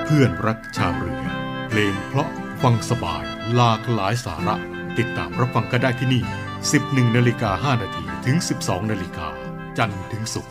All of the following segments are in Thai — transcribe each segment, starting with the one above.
เพื่อนรักชาวเรือเพลงเพราะฟังสบายหลากหลายสาระติดตามรับฟังกันได้ที่นี่ 11:05 น.ถึง 12:00 น.จันทร์ถึงศุกร์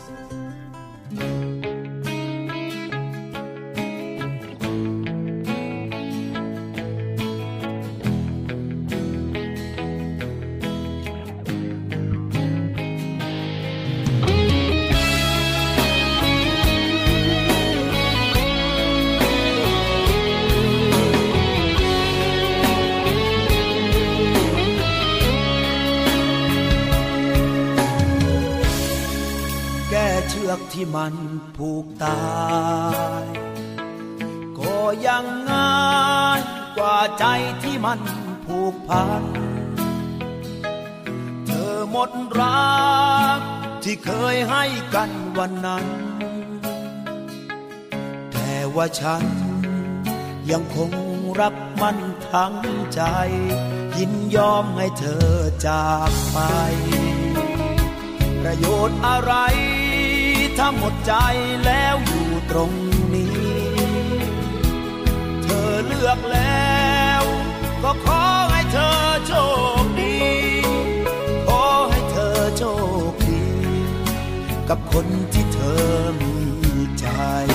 ที่มันผูกตายก็ยังง่ายกว่าใจที่มันผูกพันเธอหมดรักที่เคยให้กันวันนั้นแต่ว่าฉันยังคงรักมันทั้งใจยินยอมให้เธอจากไปประโยชน์อะไรถ้าหมดใจแล้วอยู่ตรงนี้เธอเลือกแล้วก็ขอให้เธอโชคดีขอให้เธอโชคดีกับคนที่เธอมีใจ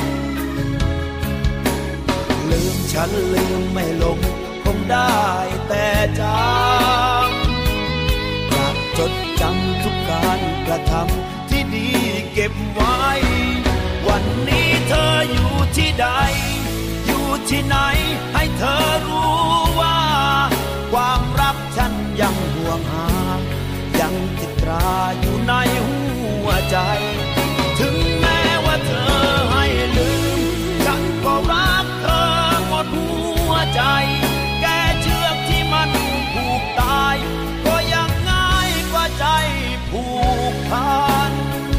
ลืมฉันลืมไม่ลงคงได้แต่จำอยากจดจำทุกการกระทำดีเก็บไว้วันนี้เธออยู่ที่ใดอยู่ที่ไหนให้เธอรู้ว่าความรักฉันยังห่วงหายังติดตราอยู่ในหัวใจถึงแม้ว่าเธอให้ลืมฉันก็รักเธอหมดหัวใจแก้เชือกที่มันผูกตายก็ยังง่ายกว่าใจผูกพัน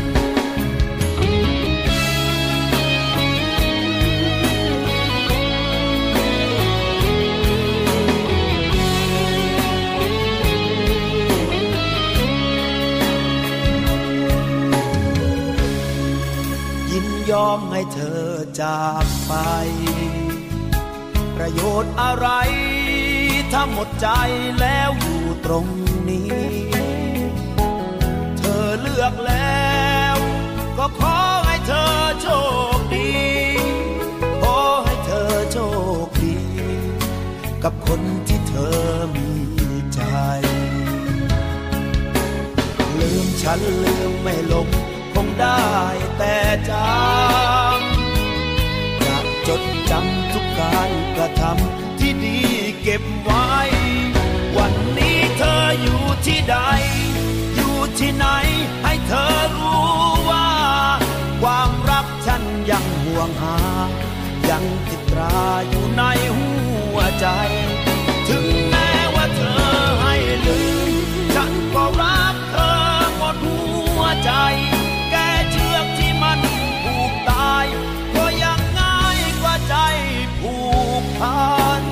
ยอมให้เธอจากไปประโยชน์อะไรถ้าหมดใจแล้วอยู่ตรงนี้เธอเลือกแล้วก็ขอให้เธอโชคดีขอให้เธอโชคดีกับคนที่เธอมีใจลืมฉันลืมไม่ลงคงได้แต่จำอยากจดจำทุกการกระทำที่ดีเก็บไว้วันนี้เธออยู่ที่ใดอยู่ที่ไหนให้เธอรู้ว่าความรักฉันยังห่วงหายังติดตราอยู่ในหัวใจถึงแม้ว่าเธอให้ลืมฉันก็รักเธอหมดหัวใจก็ยังง่ายกว่าใจผูกพัน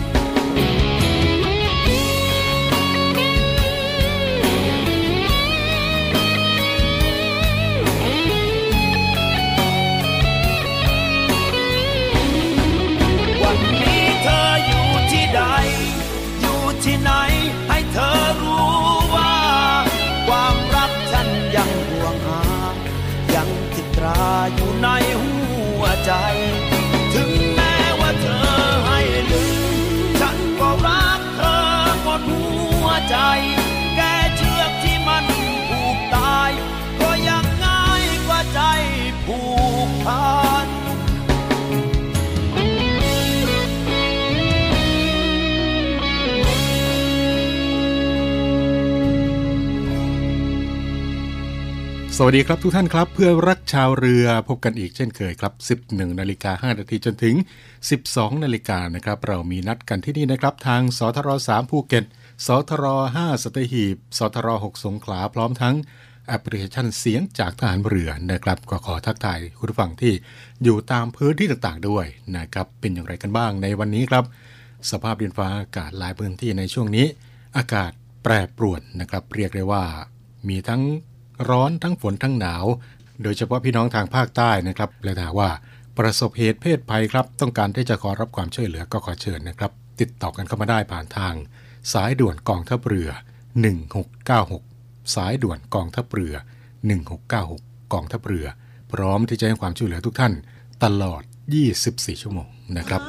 วันนี้เธออยู่ที่ใดอยู่ที่ไหนให้เธอรู้ว่าความรักฉันยังห่วงหายังติดตราอยู่ในหัวใจถึงแม้ว่าเธอให้ลืมฉันก็รักเธอหมดหัวใจแก้เชือกที่มันผูกตายก็ยังง่ายกว่าใจผูกพันสวัสดีครับทุกท่านครับเพื่อรักชาวเรือพบกันอีกเช่นเคยครับ 11:05 น.จนถึง 12:00 น.นะครับเรามีนัดกันที่นี่นะครับทางสทร3ภูเก็ตสทร5สัตหีบสทร6สงขลาพร้อมทั้งแอปพลิเคชันเสียงจากทหารเรือนะครับก็ขอทักทายคุณผู้ฟังที่อยู่ตามพื้นที่ต่างๆด้วยนะครับเป็นอย่างไรกันบ้างในวันนี้ครับสภาพดินฟ้าอากาศหลายพื้นที่ในช่วงนี้อากาศแปรปรวนนะครับเรียกได้ว่ามีทั้งร้อนทั้งฝนทั้งหนาวโดยเฉพาะพี่น้องทางภาคใต้นะครับและถ้าว่าปประสบเหตุเพศภัยครับต้องการที่จะขอรับความช่วยเหลือก็ขอเชิญนะครับติดต่อกันเข้ามาได้ผ่านทางสายด่วนกองทัพเรือ1696สายด่วนกองทัพเรือ1696กองทัพเรือพร้อมที่จะให้ความช่วยเหลือทุกท่านตลอด24ชั่วโมงนะครับ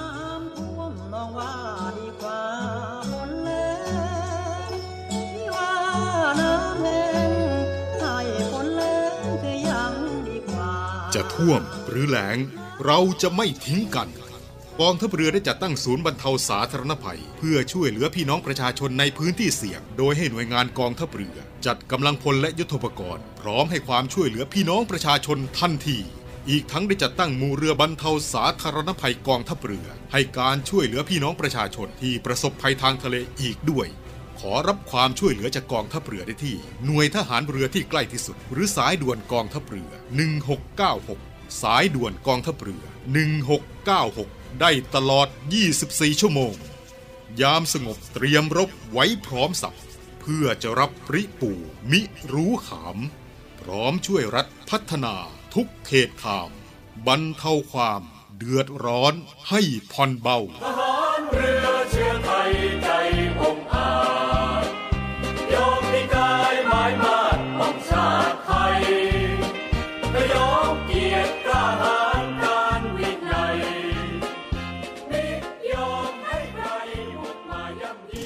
จะท่วมหรือแล้งเราจะไม่ทิ้งกันกองทัพเรือได้จัดตั้งศูนย์บรรเทาสาธารณภัยเพื่อช่วยเหลือพี่น้องประชาชนในพื้นที่เสี่ยงโดยให้หน่วยงานกองทัพเรือจัดกำลังพลและยุทโธปกรณ์พร้อมให้ความช่วยเหลือพี่น้องประชาชนทันทีอีกทั้งได้จัดตั้งหมู่เรือบรรเทาสาธารณภัยกองทัพเรือให้การช่วยเหลือพี่น้องประชาชนที่ประสบภัยทางทะเลอีกด้วยขอรับความช่วยเหลือจากกองทัพเรือได้ที่หน่วยทหารเรือที่ใกล้ที่สุดหรือสายด่วนกองทัพเรือ1696สายด่วนกองทัพเรือ1696ได้ตลอด24ชั่วโมงยามสงบเตรียมรบไว้พร้อมสับเพื่อจะรับปริปู่มิรู้ขามพร้อมช่วยรัฐพัฒนาทุกเขตขามบรรเทาความเดือดร้อนให้ผ่อนเบาทหารเรือเชื้อไทยใจองอาจยอมมีกายหมายมาดป้องชาติไทยและยอมเกียรติกล้าหาญการวินัยมิยอมให้ใครบุกมาย่ำยี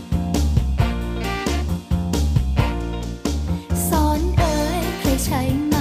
สอนเอ๋ยใครใช้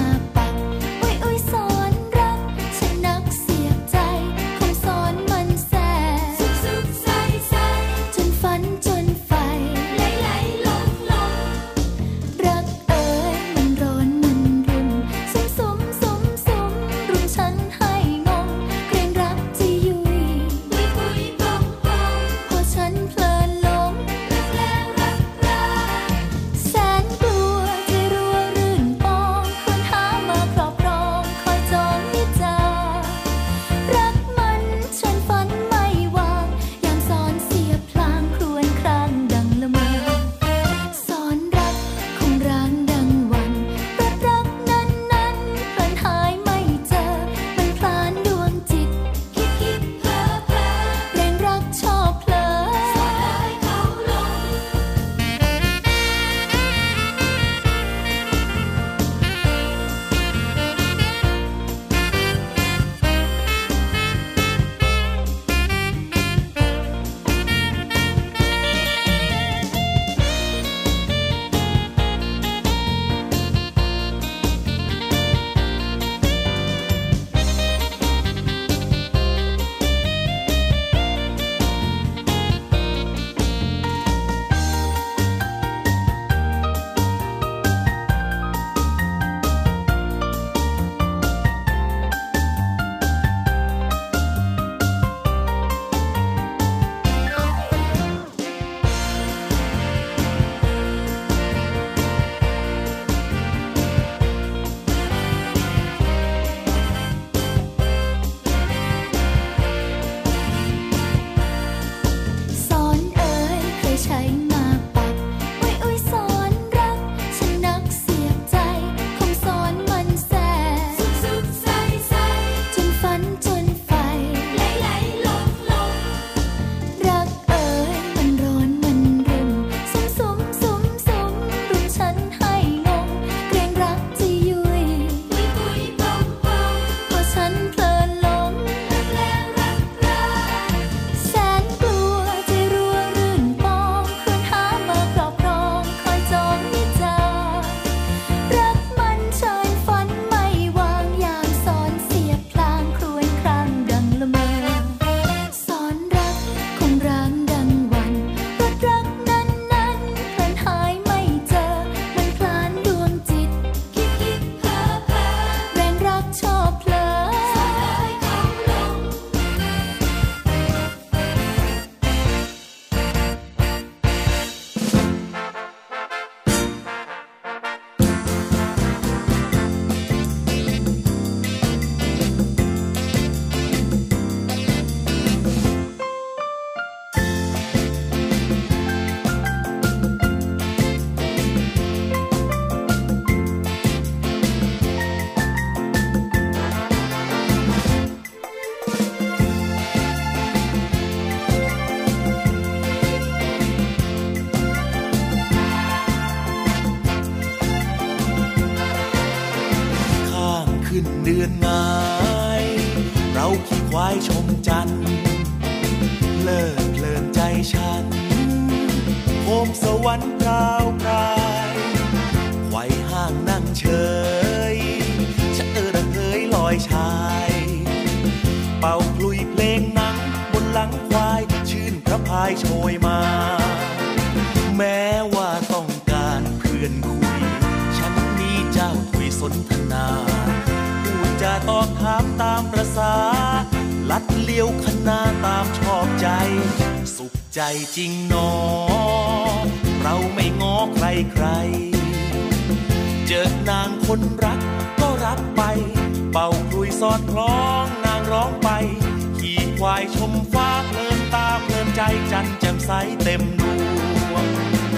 อนงายเราขี่ควายชมจันทร์เลิศเพลินใจฉันโคมสวรรค์พราวพรายไขว่ห้างนั่งเฉยชะระเหยลอยชายเป่าคลุยเพลงหนังบนหลังควายชื่นพระพายโชยมาแม้ว่าต้องการเพื่อนคุยฉันมีเจ้าคุยสนทนาพูดจาตอบถามตามประสาลัดเลี้ยวขนาตามชอบใจสุขใจจริงหนอเราไม่ง้อใครใครเจอนางคนรักก็รักไปเป่าคลุยสอดคล้องนางร้องไปขี่ควายชมฟ้าเพลินตาเพลินใจจันแจ่มใสเต็มดวง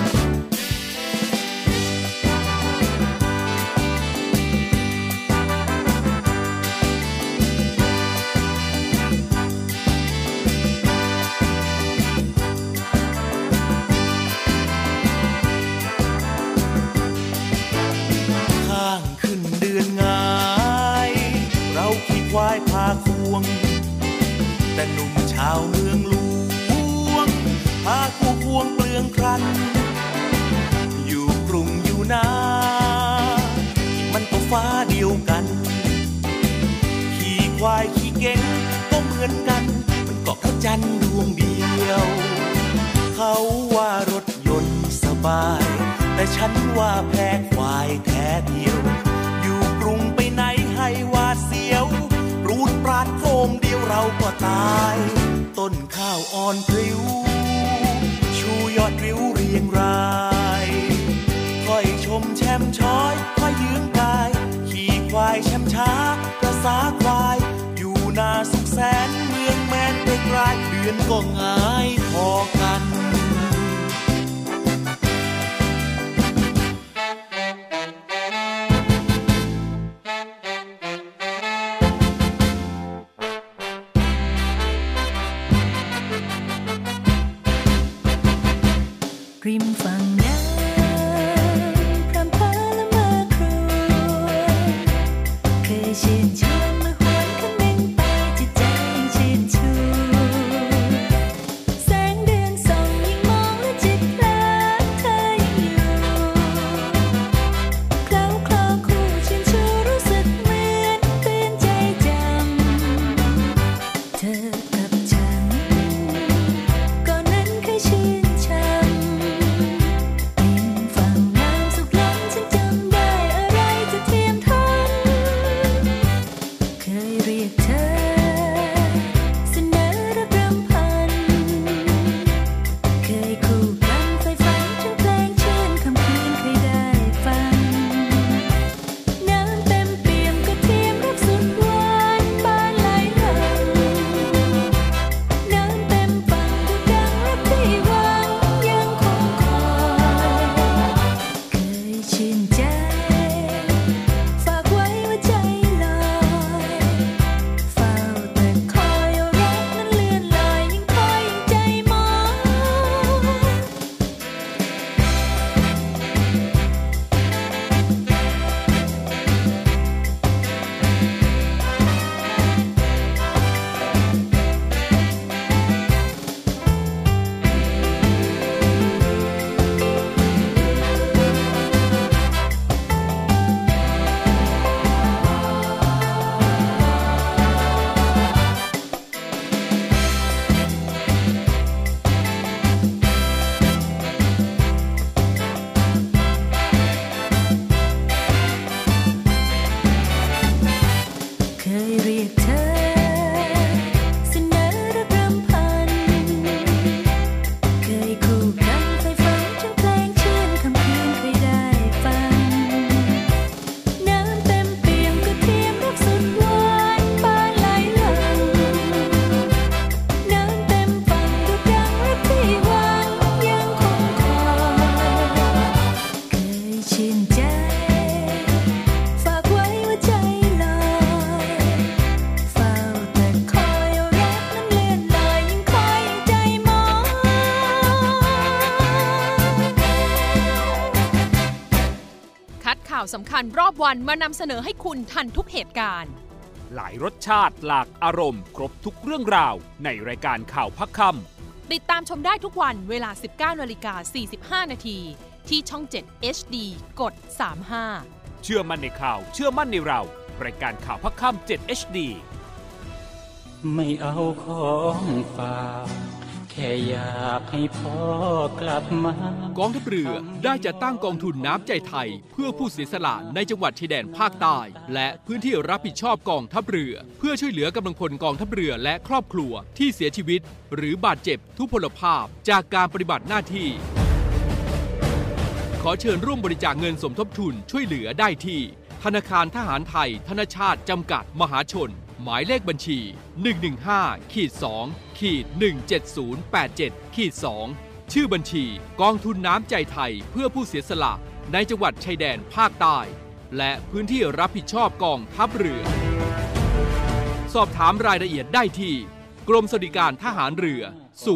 ข้างขึ้นเดือนงายเราขี่ควายพาควงแต่หนุ่มชาวเมืองหลวงพาคู่ควงเปลืองครันอยู่กรุงอยู่นามันก็ฟ้าเดียวกันขี่ควายขี่เก่งก็เหมือนกันมันก็พระจันทร์ดวงเดียวเขาว่ารถยนต์สบายแต่ฉันว่าแพ้ควายแท้เดียวอยู่กรุงไปไหนให้วาดเสียวรูดปราดโครมเดียวเราก็ตายต้นข้าวอ่อนพลิ้วชูยอดริ้วเรียงรายค่อยชมแช่มช้อยค่อยยืนกายขี่ควายแช่มช้าประสาควายอยู่นาสุขแสนเมืองแมนไปไกลเดือนก็หงายพอกันริมฝั่งน้ำพรำพาละมาครวญเคยชื่นชมเมื่อหวนคำนึงไปจิตใจยังชื่นชูแสงเดือนส่องยิ่งมองและจิตเพลินเธอยังอยู่เคล้าคลอคู่ชื่นชูรู้สึกเหมือนเตือนใจจำเธอกับฉันก่อนนั้นเคยชื่นชมสำคัญรอบวันมานำเสนอให้คุณทันทุกเหตุการณ์หลายรสชาติหลากอารมณ์ครบทุกเรื่องราวในรายการข่าวพักค่ำติดตามชมได้ทุกวันเวลา 19:45 น.ที่ช่อง 7 HD กด 35 เชื่อมั่นในข่าวเชื่อมั่นในเรารายการข่าวพักค่ำ7 HD ไม่เอาของฝากแค่อยากให้พ่อกลับมากองทัพเรือได้จัดตั้งกองทุนน้ำใจไทยเพื่อผู้เสียสละในจังหวัดชายแดนภาคใต้และพื้นที่รับผิดชอบกองทัพเรือเพื่อช่วยเหลือกำลังพลกองทัพเรือและครอบครัวที่เสียชีวิตหรือบาดเจ็บทุพพลภาพจากการปฏิบัติหน้าที่ขอเชิญร่วมบริจาคเงินสมทบทุนช่วยเหลือได้ที่ธนาคารทหารไทยธนชาติจำกัดมหาชนหมายเลขบัญชี 115-2-17087-2 ชื่อบัญชีกองทุนน้ำใจไทยเพื่อผู้เสียสละในจังหวัดชายแดนภาคใต้และพื้นที่รับผิดชอบกองทัพเรือสอบถามรายละเอียดได้ที่กรมสวัสดิการทหารเรือ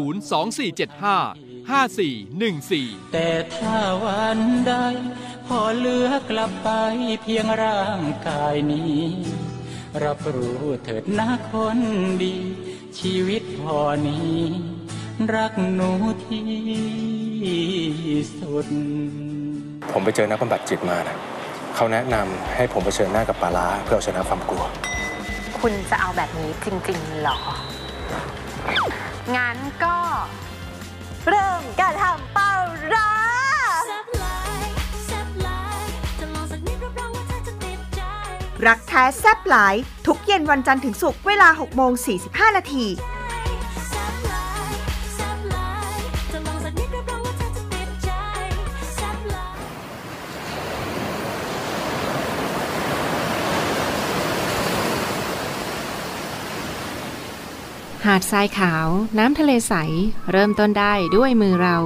02475-5414 แต่ถ้าวันใดพอเหลือกลับไปเพียงร่างกายนี้รับรู้เถิดนะคนดีชีวิตพอนี้รักหนูที่สุดผมไปเจอนักบำบัดจิตมานะเขาแนะนำให้ผมเผชิญหน้ากับปลาร้าเพื่อเอาชนะความกลัวคุณจะเอาแบบนี้จริงๆหรองั้นก็เริ่มการทำปลาร้ารักแท้แซ่บหลายทุกเย็นวันจันทร์ถึงศุกร์เวลา 6:45 น. หาดทรายขาวน้ำทะเลใสเริ่มต้นได้ด้วยมือเรา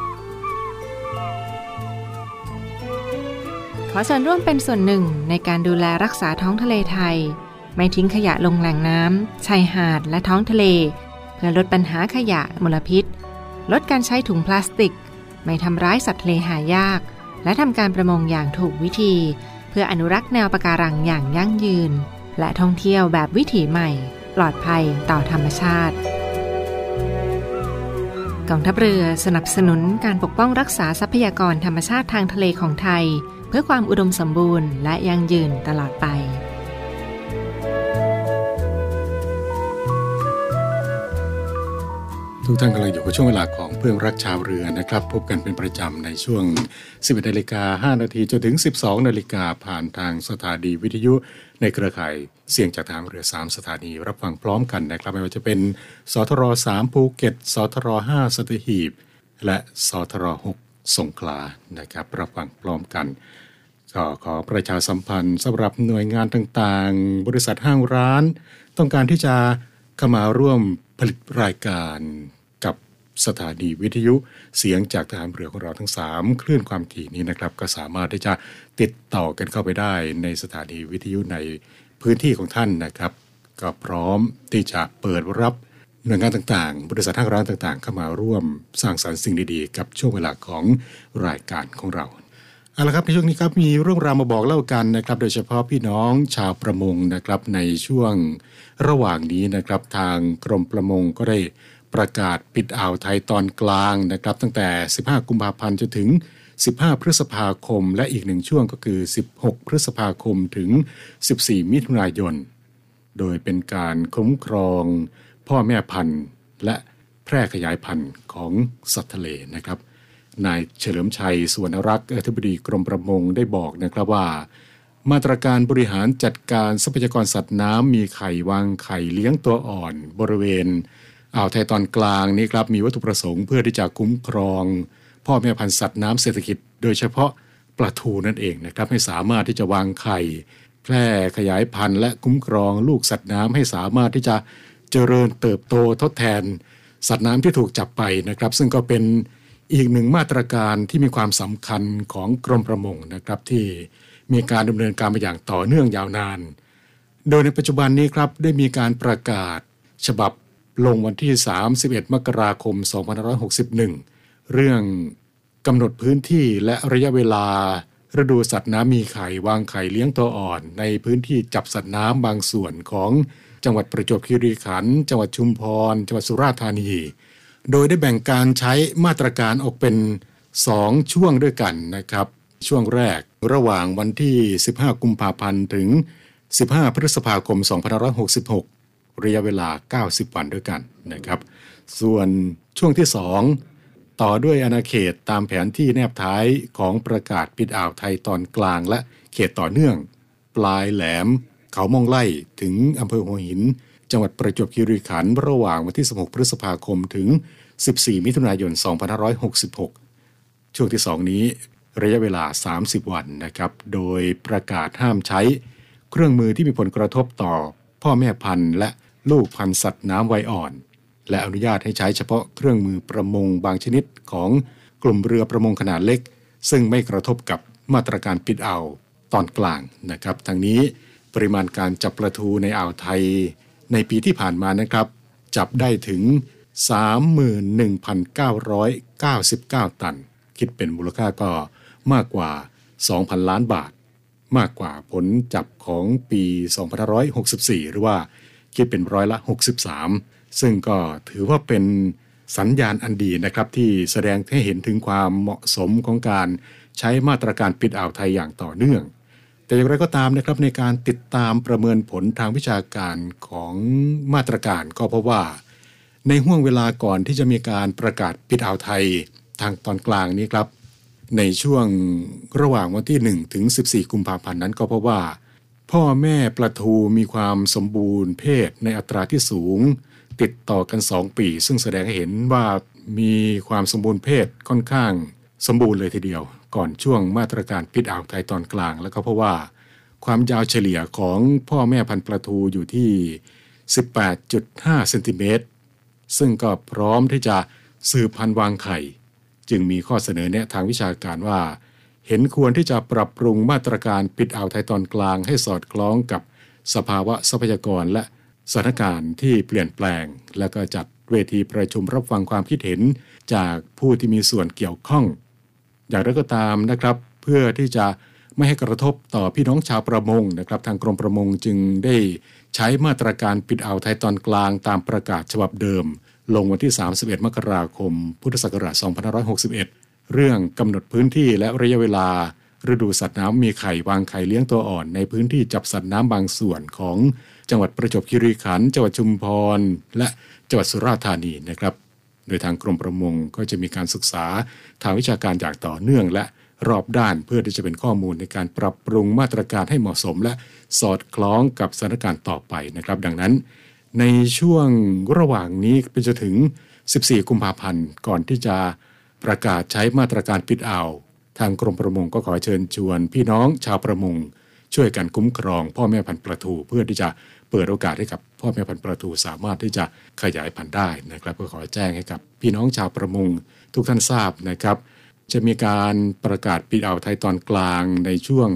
ขอเชิญร่วมเป็นส่วนหนึ่งในการดูแลรักษาท้องทะเลไทยไม่ทิ้งขยะลงแหล่งน้ำชายหาดและท้องทะเลเพื่อลดปัญหาขยะมลพิษลดการใช้ถุงพลาสติกไม่ทำร้ายสัตว์ทะเลหายากและทำการประมงอย่างถูกวิธีเพื่ออนุรักษ์แนวปะการังอย่างยั่งยืนและท่องเที่ยวแบบวิถีใหม่ปลอดภัยต่อธรรมชาติกองทัพเรือสนับสนุนการปกป้องรักษาทรัพยากรธรรมชาติทางทะเลของไทยเพื่อความอุดมสมบูรณ์และยั่งยืนตลอดไปทุกท่านกำลังอยู่กับช่วงเวลาของเพื่อนรักชาวเรือนะครับพบกันเป็นประจำในช่วง 11:05 น.จนถึง 12:00 น.ผ่านทางสถานีวิทยุในเครือข่ายเสียงจากทางเรือ3สถานีรับฟังพร้อมกันนะครับไม่ว่าจะเป็นสทร3ภูเก็ตสทร5สัตหีบและสทร6สงขลานะครับรับฟังพร้อมกันก็ขอประชาสัมพันธ์สำหรับหน่วยงานต่างๆบริษัทห้างร้านต้องการที่จะเข้ามาร่วมผลิตรายการกับสถานีวิทยุเสียงจากทหารเรือของเราทั้ง3คลื่นความถี่นี้นะครับก็สามารถที่จะติดต่อกันเข้าไปได้ในสถานีวิทยุในพื้นที่ของท่านนะครับก็พร้อมที่จะเปิดรับหน่วยงานต่างๆบริษัทห้างร้านต่างๆเข้ามาร่วมสร้างสรรค์สิ่งดีๆกับช่วงเวลาของรายการของเราเอาละครับในช่วงนี้ครับมีเรื่องราวมาบอกเล่ากันนะครับโดยเฉพาะพี่น้องชาวประมงนะครับในช่วงระหว่างนี้นะครับทางกรมประมงก็ได้ประกาศปิดอ่าวไทยตอนกลางนะครับตั้งแต่15กุมภาพันธ์จนถึง15พฤษภาคมและอีก1ช่วงก็คือ16พฤษภาคมถึง14มิถุนายนโดยเป็นการคุ้มครองพ่อแม่พันธุ์และแพร่ขยายพันธุ์ของสัตว์ทะเลนะครับนายเฉลิมชัยสุวรรณรักษ์อธิบดีกรมประมงได้บอกนะครับว่ามาตรการบริหารจัดการทรัพยากรสัตว์น้ำมีไข่วางไข่เลี้ยงตัวอ่อนบริเวณอ่าวไทยตอนกลางนี้ครับมีวัตถุประสงค์เพื่อที่จะคุ้มครองพ่อแม่พันธุ์สัตว์น้ำเศรษฐกิจโดยเฉพาะปลาทูนั่นเองนะครับให้สามารถที่จะวางไข่แพร่ขยายพันธุ์และคุ้มครองลูกสัตว์น้ำให้สามารถที่จะเจริญเติบโตทดแทนสัตว์น้ำที่ถูกจับไปนะครับซึ่งก็เป็นอีกหนึ่งมาตรการที่มีความสำคัญของกรมประมงนะครับที่มีการดำเนินการมาอย่างต่อเนื่องยาวนานโดยในปัจจุบันนี้ครับได้มีการประกาศฉบับลงวันที่31มกราคม2561เรื่องกำหนดพื้นที่และระยะเวลาฤดูสัตว์น้ำมีไข่วางไข่เลี้ยงตัวอ่อนในพื้นที่จับสัตว์น้ำบางส่วนของจังหวัดประจวบคีรีขันธ์จังหวัดชุมพรจังหวัดสุราษฎร์ธานีโดยได้แบ่งการใช้มาตรการออกเป็น2ช่วงด้วยกันนะครับช่วงแรกระหว่างวันที่15กุมภาพันธ์ถึง15พฤษภาคม2566ระยะเวลา90วันด้วยกันนะครับส่วนช่วงที่2ต่อด้วยอาณาเขตตามแผนที่แนบท้ายของประกาศปิดอ่าวไทยตอนกลางและเขตต่อเนื่องปลายแหลมเขาม่องไล่ถึงอำเภอหัวหินจังหวัดประจวบคีรีขันธ์ระหว่างวันที่16พฤษภาคมถึง14มิถุนายน2566ช่วงที่2นี้ระยะเวลา30วันนะครับโดยประกาศห้ามใช้เครื่องมือที่มีผลกระทบต่อพ่อแม่พันธุ์และลูกพันธุ์สัตว์น้ำวัยอ่อนและอนุญาตให้ใช้เฉพาะเครื่องมือประมงบางชนิดของกลุ่มเรือประมงขนาดเล็กซึ่งไม่กระทบกับมาตรการปิดอ่าวตอนกลางนะครับทั้งนี้ปริมาณการจับปลาทูในอ่าวไทยในปีที่ผ่านมานะครับจับได้ถึง 31,999 ตันคิดเป็นมูลค่าก็มากกว่า 2,000 ล้านบาทมากกว่าผลจับของปี2564หรือว่าคิดเป็นร้อยละ63ซึ่งก็ถือว่าเป็นสัญญาณอันดีนะครับที่แสดงให้เห็นถึงความเหมาะสมของการใช้มาตรการปิดอ่าวไทยอย่างต่อเนื่องแต่อย่างไรก็ตามนะครับในการติดตามประเมินผลทางวิชาการของมาตรการก็พบว่าในห่วงเวลาก่อนที่จะมีการประกาศปิดอ่าวไทยทางตอนกลางนี้ครับในช่วงระหว่างวันที่1ถึง14กุมภาพันธ์นั้นก็พบว่าพ่อแม่ปลาทูมีความสมบูรณ์เพศในอัตราที่สูงติดต่อกัน2ปีซึ่งแสดงให้เห็นว่ามีความสมบูรณ์เพศค่อนข้างสมบูรณ์เลยทีเดียวก่อนช่วงมาตรการปิดอ่าวไทยตอนกลางแล้วก็เพราะว่าความยาวเฉลี่ยของพ่อแม่พันธุ์ปลาทูอยู่ที่ 18.5 เซนติเมตรซึ่งก็พร้อมที่จะสืบพันธุ์วางไข่จึงมีข้อเสนอแนะทางวิชาการว่าเห็นควรที่จะปรับปรุงมาตรการปิดอ่าวไทยตอนกลางให้สอดคล้องกับสภาวะทรัพยากรและสถานการณ์ที่เปลี่ยนแปลงและก็จัดเวทีประชุมรับฟังความคิดเห็นจากผู้ที่มีส่วนเกี่ยวข้องอย่างไรก็ตามนะครับเพื่อที่จะไม่ให้กระทบต่อพี่น้องชาวประมงนะครับทางกรมประมงจึงได้ใช้มาตรการปิดอ่าวไทยตอนกลางตามประกาศฉบับเดิมลงวันที่31มกราคมพุทธศักราช2561เรื่องกำหนดพื้นที่และระยะเวลาฤดูสัตว์น้ำมีไข่วางไข่เลี้ยงตัวอ่อนในพื้นที่จับสัตว์น้ำบางส่วนของจังหวัดประจวบคีรีขันธ์จังหวัดชุมพรและจังหวัดสุราษฎร์ธานีนะครับโดยทางกรมประมงก็จะมีการศึกษาทางวิชาการอย่างต่อเนื่องและรอบด้านเพื่อที่จะเป็นข้อมูลในการปรับปรุงมาตรการให้เหมาะสมและสอดคล้องกับสถานการณ์ต่อไปนะครับดังนั้นในช่วงระหว่างนี้ไปจนถึง14กุมภาพันธ์ก่อนที่จะประกาศใช้มาตรการปิดอ่าวทางกรมประมงก็ขอเชิญชวนพี่น้องชาวประมงช่วยกันคุ้มครองพ่อแม่พันธุ์ปลาทูเพื่อที่จะเปิดโอกาสให้กับพ่อแม่พันธุ์ปลาทูสามารถที่จะขยายพันธุ์ได้นะครับก็ขอแจ้งให้กับพี่น้องชาวประมงทุกท่านทราบนะครับจะมีการประกาศปิดอ่าวไทยตอนกลางในช่วง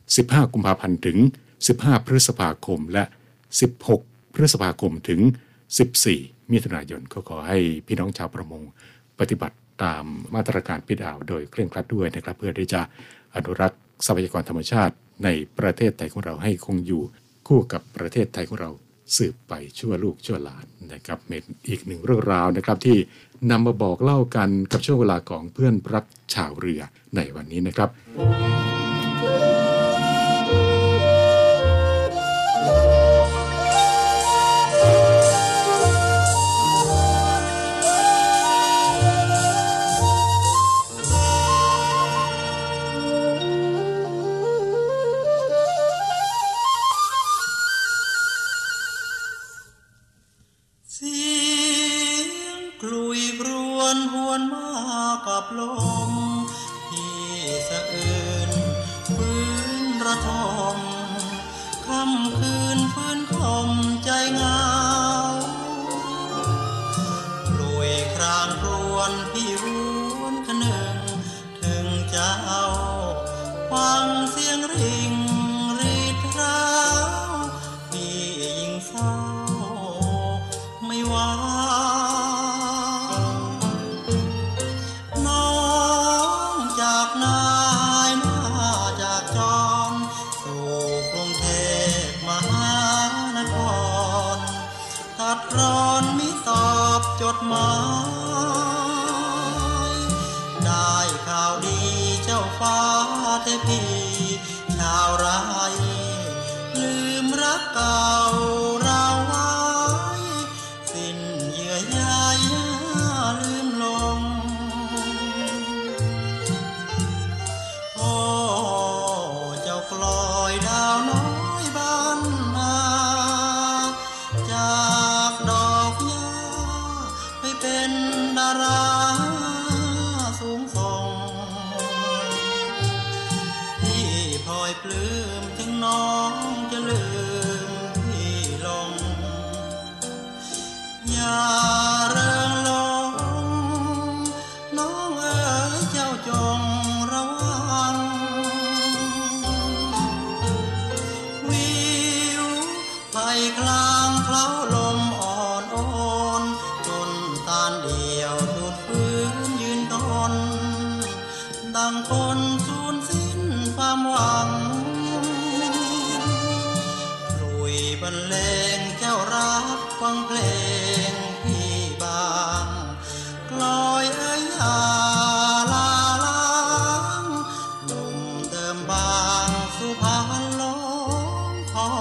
15กุมภาพันธ์ถึง15พฤษภาคมและ16พฤษภาคมถึง14มิถุนายนก็ขอให้พี่น้องชาวประมงปฏิบัติตามมาตรการปิดอ่าวโดยเคร่งครัดด้วยนะครับเพื่อที่จะอนุรักษ์ทรัพยากรธรรมชาติในประเทศไทยของเราให้คงอยู่คู่กับประเทศไทยของเราสืบไปชั่วลูกชั่วหลานนะครับเป็นอีกหนึ่งเรื่องราวนะครับที่นำมาบอกเล่ากันกับช่วงเวลาของเพื่อนรักชาวเรือในวันนี้นะครับน้องจากนายหน้าจดหมายได้ข่าวดีเจ้าฟ้าเทพีชาวไร่ลืมรักเก่าเราไว้สิ้นเยื่อใยลืมลงโอ้เจ้ากลอยดาวน้อยบ้านนาจากดอกหญ้าไปเป็นดาราสูงส่งที่พลอยปลื้มถึงน้องจะลืมพี่ลงอย่าเริงลงน้องเอ๋ยเจ้าจงระวังวิวไผ่กลางเคล้าลมอ่อนโอนต้นตาลเดียวสุดฟื้นยืนทนดังคนสูญสิ้นความหวังคลุยบรรเลงเจ้ารักฟังเพลงพี่บางกลอยเอ้ยลาลาล้างหนุ่มเดิมบางสุพรรณลงพอ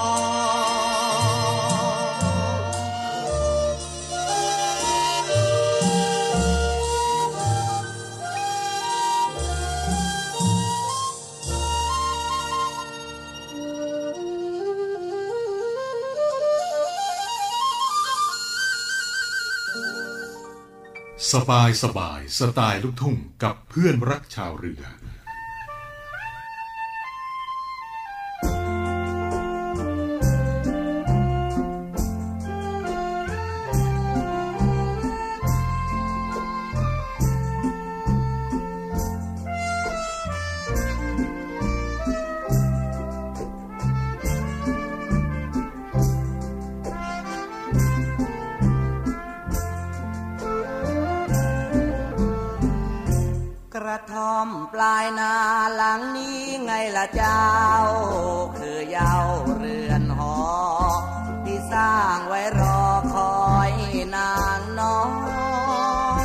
สบายสบายสไตล์ลูกทุ่งกับเพื่อนรักชาวเรือกระท่อมปลายนาหลังนี้ไงล่ะเจ้าคือเย้าเรือนหอที่สร้างไว้รอคอยนางน้อง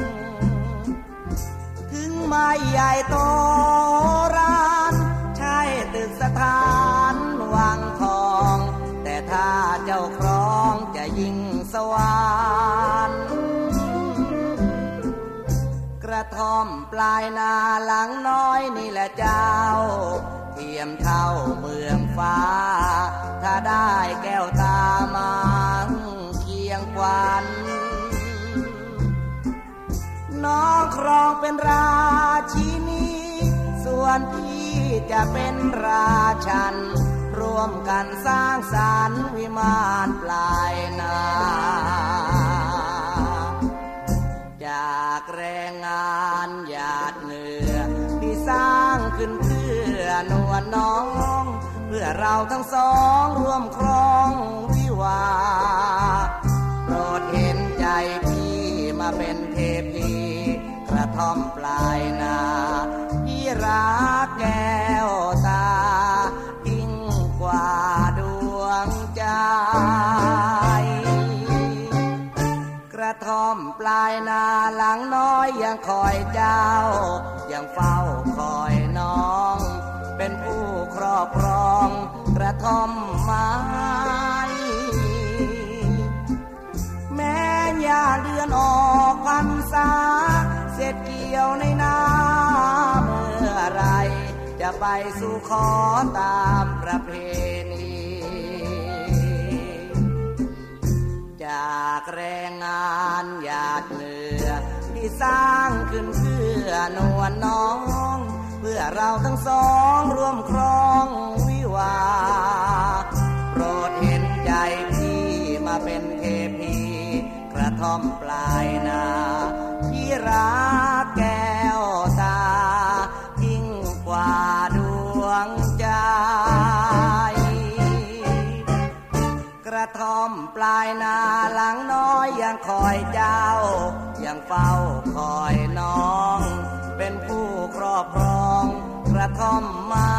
ถึงไม่ใหญ่โตร้านใช่ตึกสถานวังทองแต่ถ้าเจ้าครองจะยิ่งสวรรค์กระท่อมปลายนาหลังน้อยนี่แหละเจ้าเทียมเท่าเมืองฟ้าถ้าได้แก้วตามาเคียงควันน้องครองเป็นราชินีส่วนพี่จะเป็นราชันร่วมกันสร้างสรรค์วิมานปลายนาจากแรงงานหยาดเหงื่อที่สร้างขึ้นเพื่อนวลน้องเพื่อเราทั้งสองร่วมครองวิวาโปรดเห็นใจพี่มาเป็นเทพีกระท่อมปลายนาที่รักแก้วตายิ่งกว่าดวงใจกระท่อมปลายนาหลังน้อยยังคอยเจ้ายังเฝ้าคอยน้องเป็นผู้ครอบครองกระท่อมไม้แม้ยาเดือนออกพรรษาเสร็จเกี่ยวในนาเมื่อไรจะไปสู่ขอตามประเพณีจากแรงงานหยาดเหงื่อที่สร้างขึ้นเพื่อนวลน้องเพื่อเราทั้งสองร่วมครองวิวาโปรดเห็นใจพี่มาเป็นเทพีกระท่อมปลายนาที่รักแก้วตายิ่งกว่าดวงใจ ระท่อมปลายนาหลังน้อยยังคอยเจ้ายังเฝ้าคอยน้องเป็นผู้ครอบครองกระท่อมไม้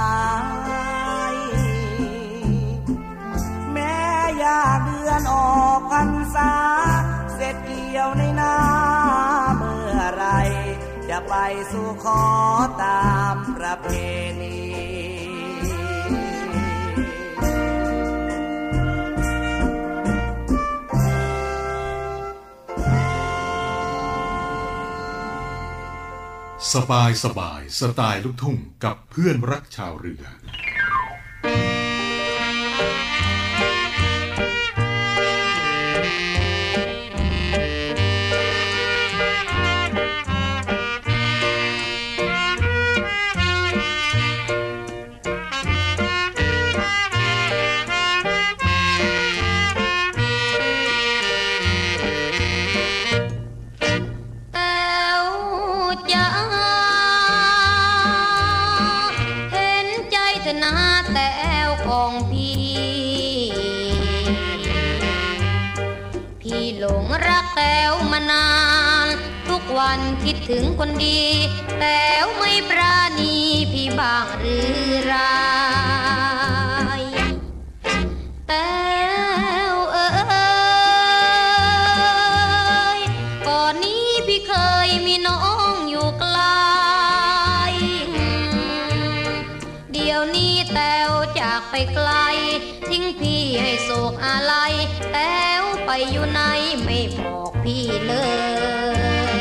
แม้ยาเดือนออกพรรษาเสร็จเกี่ยวในสู่ขอตามประเพณีสบายสไตล์ลูกทุ่งกับเพื่อนรักชาวเรือวันคิดถึงคนดีแต่ไม่ปราณีพี่บ้างหรือไรแต่ก่อนนี้พี่เคยมีน้องอยู่ไกลเดี๋ยวนี้แต้วจากไปไกลทิ้งพี่ให้โศกอาลัยแต้วไปอยู่ไหนไม่บอกพี่เลย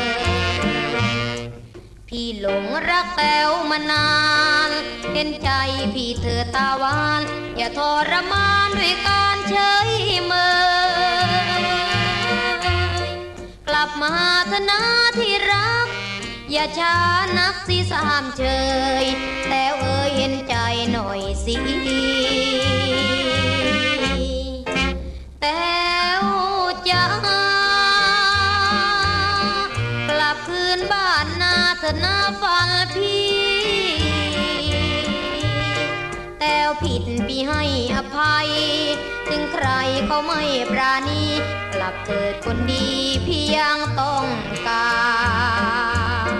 พี่หลงรักแต้วมานานเห็นใจพี่เธอตาหวานอย่าทรมานด้วยการเฉยเมยกลับมาเถอะนะที่รักอย่าช้านักสิสามเฉยแต้วเอ่ยเห็นใจหน่อยสิแต้วจ๋ากลับคืนบ้านนาเถอะนะฝันพี่แต้วผิดพี่ให้อภัยถึงใครเขาไม่ปราณีกลับเถิดคนดีพี่ยังต้องการ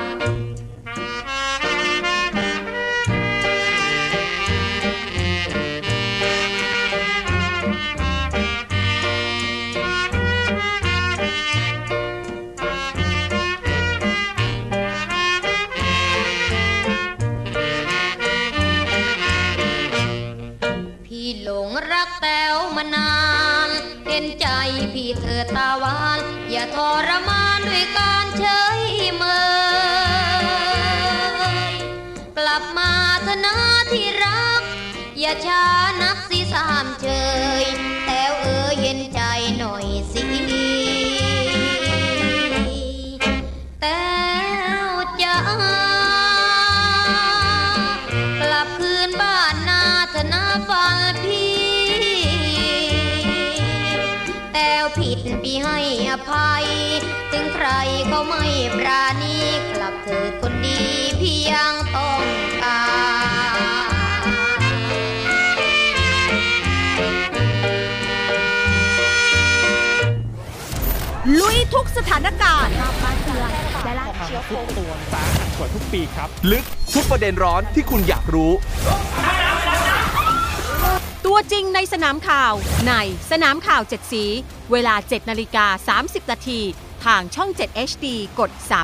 หลงรักแต้วมานานเห็นใจพี่เธอตาหวานอย่าทรมานด้วยการเฉยเมยกลับมาเถอะนะที่รักอย่าช้านักสิสามเฉยแต้วเอ่ยเห็นใจหน่อยสิแต้วจ๋ากลับคืนบ้านนาเถอะนะฝันพี่แต้วผิดพี่ให้อภัยถึงใครก็ไม่ปราณีกลับเถิดคนดีพี่ยังต้องการลุยทุกสถานการณ์ได้ละเชื้อโควิดตัวสาหัสกว่าทุกปีครับลึกทุกประเด็นร้อนที่คุณอยากรู้ตัวจริงในสนามข่าวในสนามข่าว7สีเวลา 7:30 นาทีทางช่อง 7 HD กด 35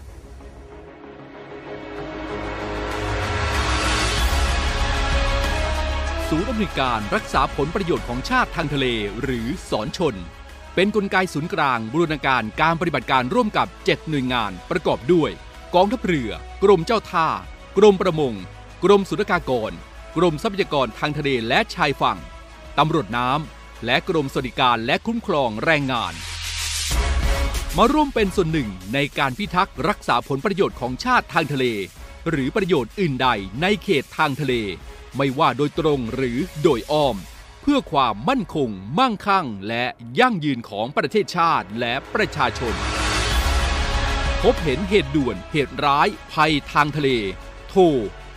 ศูนย์อำนวยการรักษาผลประโยชน์ของชาติทางทะเลหรือศรชนเป็นกลไกศูนย์กลางบูรณาการการปฏิบัติการร่วมกับ7หน่วยงานประกอบด้วยกองทัพเรือกรมเจ้าท่ากรมประมงกรมศุลกากรกรมทรัพยากรทางทะเลและชายฝั่งตำรวจน้ำและกรมสวัสดิการและคุ้มครองแรงงานมาร่วมเป็นส่วนหนึ่งในการพิทักษ์รักษาผลประโยชน์ของชาติทางทะเลหรือประโยชน์อื่นใดในเขตทางทะเลไม่ว่าโดยตรงหรือโดยอ้อมเพื่อความมั่นคงมั่งคั่งและยั่งยืนของประเทศชาติและประชาชนพบเห็นเหตุด่วนเหตุร้ายภัยทางทะเลโทร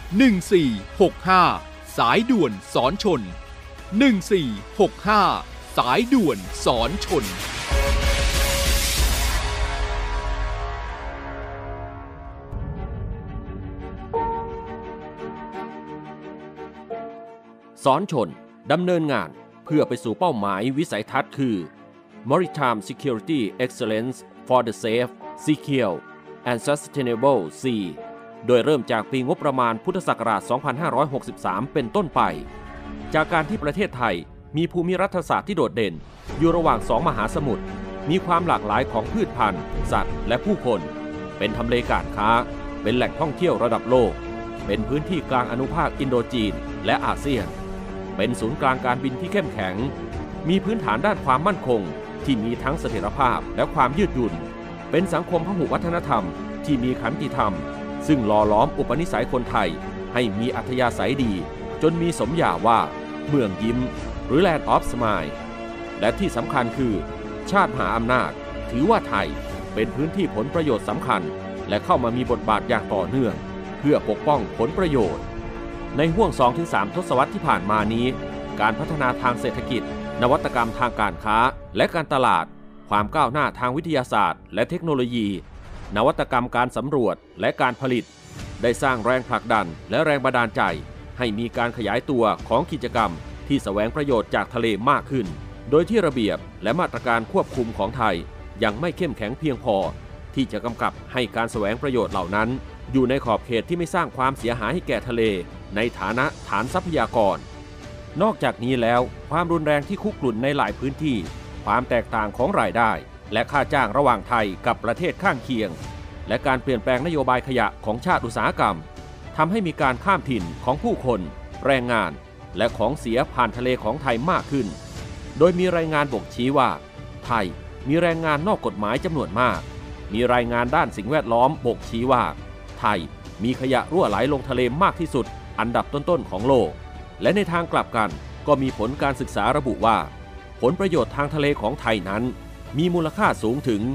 1465สายด่วนสอนชน1465สายด่วนสอนชนสอนชนดำเนินงานเพื่อไปสู่เป้าหมายวิสัยทัศน์คือ Maritime Security Excellence for the Safe, Secure and Sustainable Sea โดยเริ่มจากปีงบประมาณพุทธศักราช 2563 เป็นต้นไปจากการที่ประเทศไทยมีภูมิรัฐศาสตร์ที่โดดเด่นอยู่ระหว่าง2มหาสมุทรมีความหลากหลายของพืชพันธุ์สัตว์และผู้คนเป็นทำเลการค้าเป็นแหล่งท่องเที่ยวระดับโลกเป็นพื้นที่กลางอนุภาคอินโดจีนและอาเซียนเป็นศูนย์กลางการบินที่เข้มแข็งมีพื้นฐานด้านความมั่นคงที่มีทั้งเสถียรภาพและความยืดหยุ่นเป็นสังคมพหุวัฒนธรรมที่มีขันติธรรมซึ่งหล่อหลอมอุปนิสัยคนไทยให้มีอัธยาศัยดีจนมีสมญาว่าเมืองยิ้มหรือ Land of Smile และที่สำคัญคือชาติมหาอำนาจถือว่าไทยเป็นพื้นที่ผลประโยชน์สำคัญและเข้ามามีบทบาทอย่างต่อเนื่องเพื่อปกป้องผลประโยชน์ในห่วง 2-3 ทศวรรษที่ผ่านมานี้การพัฒนาทางเศรษฐกิจนวัตกรรมทางการค้าและการตลาดความก้าวหน้าทางวิทยาศาสตร์และเทคโนโลยีนวัตกรรมการสำรวจและการผลิตได้สร้างแรงผลักดันและแรงบันดาลใจให้มีการขยายตัวของกิจกรรมที่แสวงประโยชน์จากทะเลมากขึ้นโดยที่ระเบียบและมาตรการควบคุมของไทยยังไม่เข้มแข็งเพียงพอที่จะกำกับให้การแสวงประโยชน์เหล่านั้นอยู่ในขอบเขตที่ไม่สร้างความเสียหายให้แก่ทะเลในฐานะฐานทรัพยากรนอกจากนี้แล้วความรุนแรงที่คุกรุ่นในหลายพื้นที่ความแตกต่างของรายได้และค่าจ้างระหว่างไทยกับประเทศข้างเคียงและการเปลี่ยนแปลงนโยบายขยะของชาติอุตสาหกรรมทำให้มีการข้ามถิ่นของผู้คนแรงงานและของเสียผ่านทะเลของไทยมากขึ้นโดยมีรายงานบ่งชี้ว่าไทยมีแรงงานนอกกฎหมายจำนวนมากมีรายงานด้านสิ่งแวดล้อมบ่งชี้ว่าไทยมีขยะรั่วไหลลงทะเลมากที่สุดอันดับต้นๆของโลกและในทางกลับกันก็มีผลการศึกษาระบุว่าผลประโยชน์ทางทะเลของไทยนั้นมีมูลค่าสูงถึง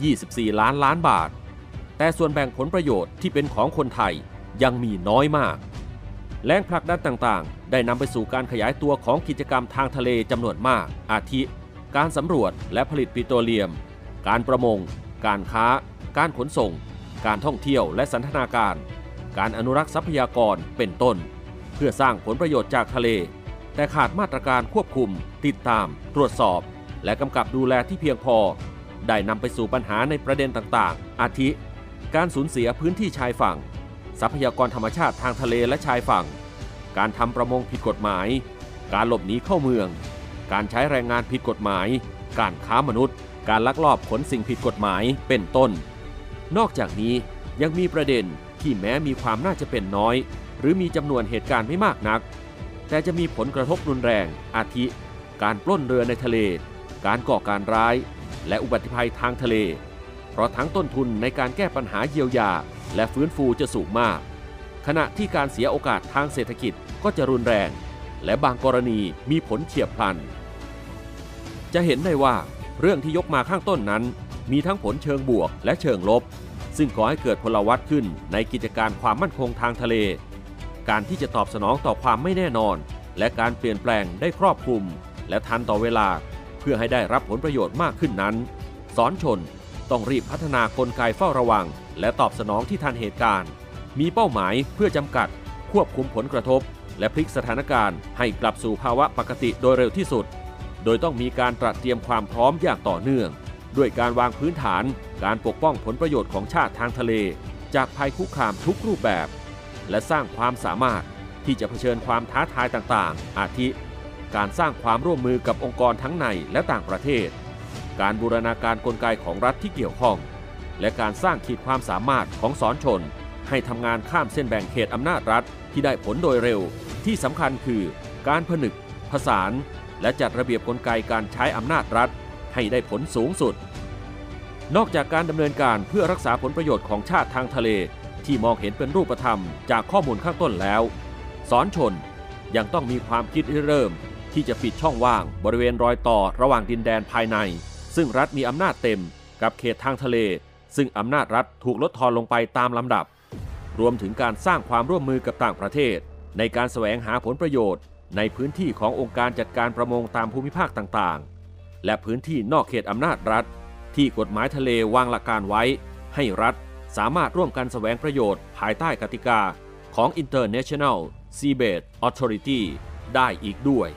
24 ล้านบาทแต่ส่วนแบ่งผลประโยชน์ที่เป็นของคนไทยยังมีน้อยมากแรงผลักดันต่างๆได้นำไปสู่การขยายตัวของกิจกรรมทางทะเลจำนวนมากอาทิการสำรวจและผลิตปิโตรเลียมการประมงการค้าการขนส่งการท่องเที่ยวและสันทนาการการอนุรักษ์ทรัพยากรเป็นต้นเพื่อสร้างผลประโยชน์จากทะเลแต่ขาดมาตรการควบคุมติดตามตรวจสอบและกำกับดูแลที่เพียงพอได้นำไปสู่ปัญหาในประเด็นต่างๆอาทิการสูญเสียพื้นที่ชายฝั่งทรัพยากรธรรมชาติทางทะเลและชายฝั่งการทำประมงผิดกฎหมายการหลบหนีเข้าเมืองการใช้แรงงานผิดกฎหมายการค้ามนุษย์การลักลอบขนสิ่งผิดกฎหมายเป็นต้นนอกจากนี้ยังมีประเด็นที่แม้มีความน่าจะเป็นน้อยหรือมีจำนวนเหตุการณ์ไม่มากนักแต่จะมีผลกระทบรุนแรงอาทิการปล้นเรือในทะเลการก่อการร้ายและอุบัติภัยทางทะเลเพราะทั้งต้นทุนในการแก้ปัญหาเยียวยาและฟื้นฟูจะสูงมากขณะที่การเสียโอกาสทางเศรษฐกิจก็จะรุนแรงและบางกรณีมีผลเฉียบพลันจะเห็นได้ว่าเรื่องที่ยกมาข้างต้นนั้นมีทั้งผลเชิงบวกและเชิงลบซึ่งก่อให้เกิดพลวัตขึ้นในกิจการความมั่นคงทางทะเลการที่จะตอบสนองต่อความไม่แน่นอนและการเปลี่ยนแปลงได้ครอบคลุมและทันต่อเวลาเพื่อให้ได้รับผลประโยชน์มากขึ้นนั้นสอนชนต้องรีบพัฒนากลไกเฝ้าระวังและตอบสนองที่ทันเหตุการณ์มีเป้าหมายเพื่อจำกัดควบคุมผลกระทบและพลิกสถานการณ์ให้กลับสู่ภาวะปกติโดยเร็วที่สุดโดยต้องมีการตระเตรียมความพร้อมอย่างต่อเนื่องด้วยการวางพื้นฐานการปกป้องผลประโยชน์ของชาติทางทะเลจากภัยคุกคามทุกรูปแบบและสร้างความสามารถที่จะเผชิญความท้าทายต่างๆอาทิการสร้างความร่วมมือกับองค์กรทั้งในและต่างประเทศการบูรณาการกลไกของรัฐที่เกี่ยวข้องและการสร้างขีดความสามารถของสอนชนให้ทำงานข้ามเส้นแบ่งเขตอำนาจรัฐที่ได้ผลโดยเร็วที่สำคัญคือการผนึกผสานและจัดระเบียบกลไกการใช้อำนาจรัฐให้ได้ผลสูงสุดนอกจากการดำเนินการเพื่อรักษาผลประโยชน์ของชาติทางทะเลที่มองเห็นเป็นรูปธรรมจากข้อมูลข้างต้นแล้วสอนชนยังต้องมีความคิดเริ่มที่จะปิดช่องว่างบริเวณรอยต่อระหว่างดินแดนภายในซึ่งรัฐมีอำนาจเต็มกับเขตทางทะเลซึ่งอำนาจรัฐถูกลดทอนลงไปตามลำดับรวมถึงการสร้างความร่วมมือกับต่างประเทศในการแสวงหาผลประโยชน์ในพื้นที่ขององค์การจัดการประมงตามภูมิภาคต่างๆและพื้นที่นอกเขตอำนาจรัฐที่กฎหมายทะเลวางหลักการไว้ให้รัฐสามารถร่วมกันแสวงประโยชน์ภายใต้กติกาของ International Seabed Authority ได้อีกด้วย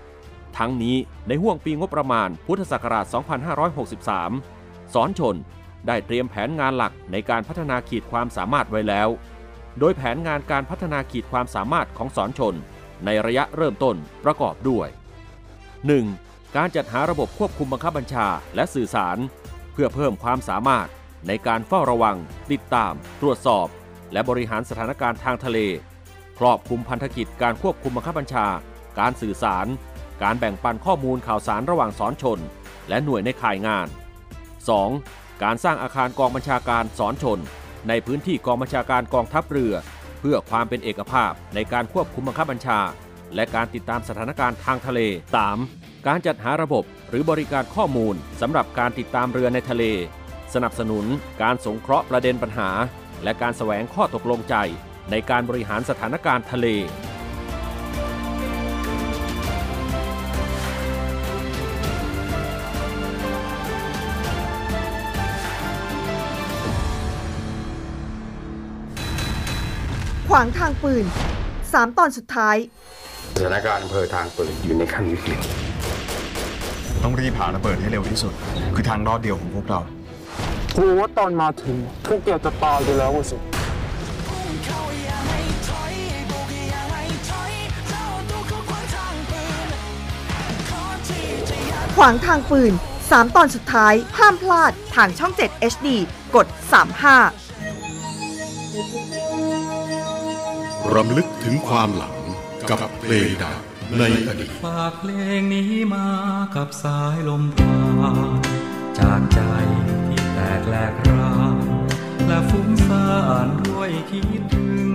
ทั้งนี้ในห่วงปีงบประมาณพุทธศักราช 2563 สอนชนได้เตรียมแผนงานหลักในการพัฒนาขีดความสามารถไว้แล้วโดยแผนงานการพัฒนาขีดความสามารถของสอนชนในระยะเริ่มต้นประกอบด้วย 1. การจัดหาระบบควบคุมบังคับบัญชาและสื่อสารเพื่อเพิ่มความสามารถในการเฝ้าระวังติดตามตรวจสอบและบริหารสถานการณ์ทางทะเลครอบคลุมพันธกิจการควบคุมบังคับบัญชาการสื่อสารการแบ่งปันข้อมูลข่าวสารระหว่างสอนชนและหน่วยในข่ายงาน 2. การสร้างอาคารกองบัญชาการสอนชนในพื้นที่กองบัญชาการกองทัพเรือเพื่อความเป็นเอกภาพในการควบคุมบังคับบัญชาและการติดตามสถานการณ์ทางทะเล 3. การจัดหาระบบหรือบริการข้อมูลสำหรับการติดตามเรือในทะเลสนับสนุนการสงเคราะห์ประเด็นปัญหาและการแสวงข้อตกลงใจในการบริหารสถานการณ์ทะเลขวางทางปืน3 ตอนสุดท้ายสถานการณ์อำเภอทางปืนอยู่ในขั้นวิกฤตต้องรีบหาระเบิดให้เร็วที่สุดคือทางรอดเดียวของพวกเรากลัวว่าตอนมาถึงพวกแกจะตายไปแล้วสิขวางทางปืน3 ตอนสุดท้ายห้ามพลาดทางช่อง 7 HD กด 35 รำลึกถึงความหลังกับเพลงดังในอดีตฝากเพลงนี้มากับสายลมพาจากใจที่แตกแหลกรานและฟุ้งซ่านด้วยคิดถึง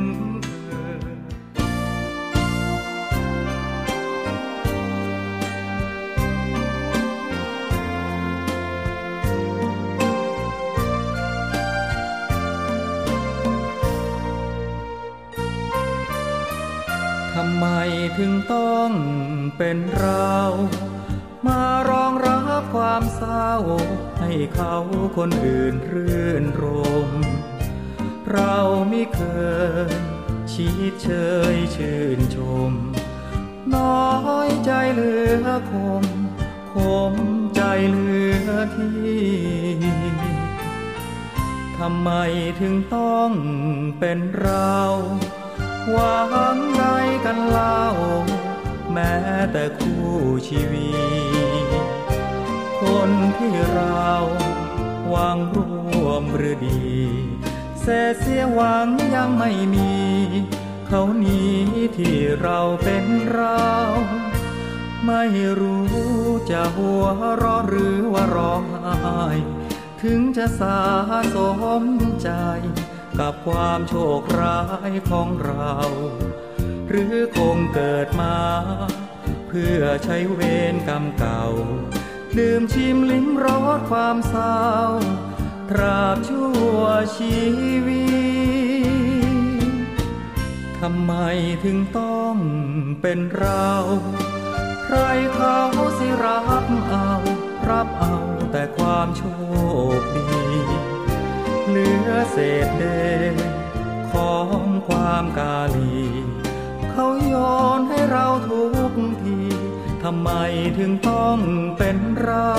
ทำไมถึงต้องเป็นเรามารองรับความเศร้าให้เขาคนอื่นรื่นรมเราไม่เคยชิดเชยชื่นชมน้อยใจเหลือคมใจเหลือที่ทำไมถึงต้องเป็นเราหวังใดกันเล่าแม้แต่คู่ชีวิตคนที่เราหวังร่วมหรือดีเสียหวังยังไม่มีเขาหนีที่เราเป็นเราไม่รู้จะหัวเราะหรือว่าร้องไห้ถึงจะสาสมใจกับความโชคร้ายของเราหรือคงเกิดมาเพื่อใช้เวรกรรมเก่าดื่มชิมลิ้มรสความเศร้าตราบชั่วชีวิตทำไมถึงต้องเป็นเราใครเขาสิรับเอาแต่ความโชคดีเหลือเศษเดชของความกาลีเขาโยนให้เราทุกทีทำไมถึงต้องเป็นเรา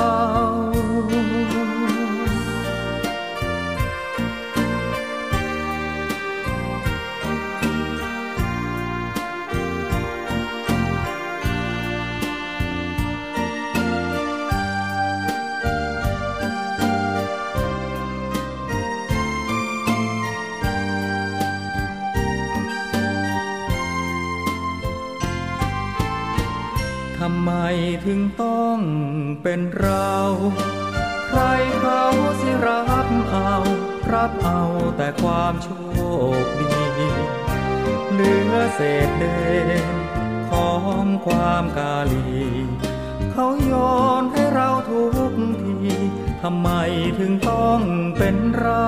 ทำไมถึงต้องเป็นเราใครเขาสิรับเอาแต่ความโชคดีเหลือเศษเดชของความกาลีเขาโยนให้เราทุกทีทำไมถึงต้องเป็นเรา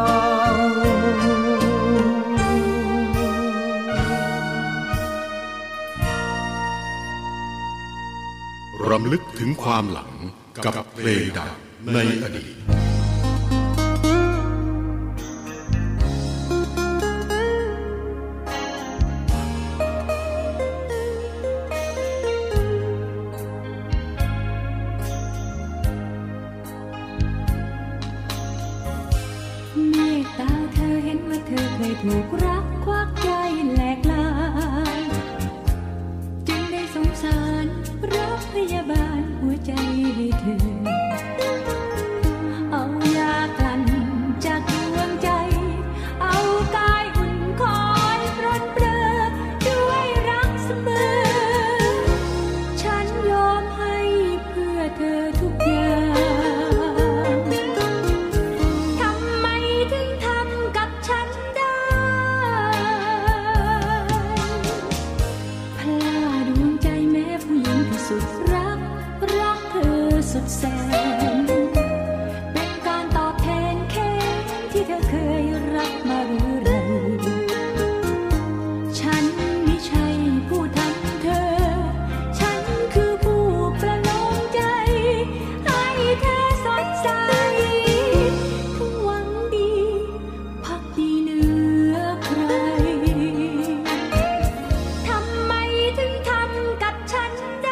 รำลึกถึงความหลังกับเพลงดังในอดีตทสุดแสนเป็นการตอบแทนแค้นที่เธอเคยรักมาหรือไรฉันไม่ใช่ผู้ทำเธอฉันคือผู้ประโลมใจให้เธอสดใสทั้งหวังดีพักดีเหนือใครทำไมถึงทำกับฉันได้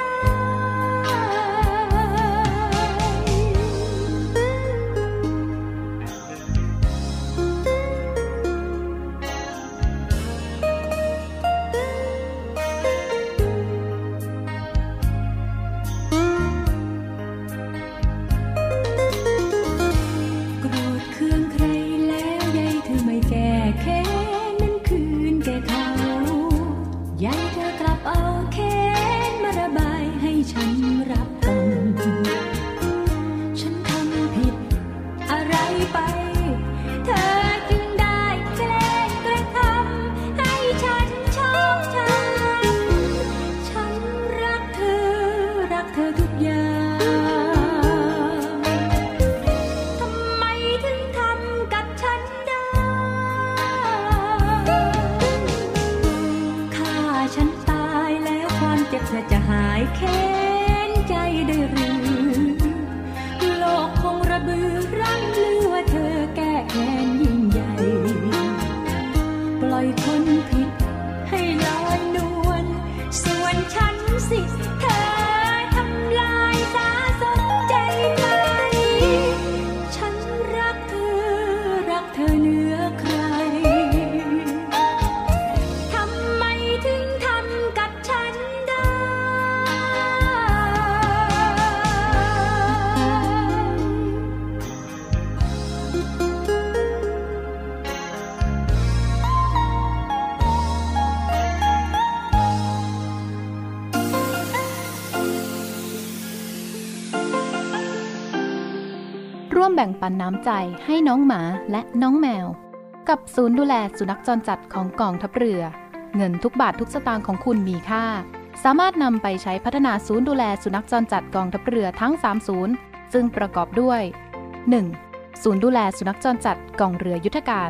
ร่วมแบ่งปันน้ำใจให้น้องหมาและน้องแมวกับศูนย์ดูแลสุนัขจรจัดของกองทัพเรือเงินทุกบาททุกสตางค์ของคุณมีค่าสามารถนำไปใช้พัฒนาศูนย์ดูแลสุนัขจรจัดกองทัพเรือทั้ง3ศูนย์ซึ่งประกอบด้วย 1. ศูนย์ดูแลสุนัขจรจัดกองเรือยุทธการ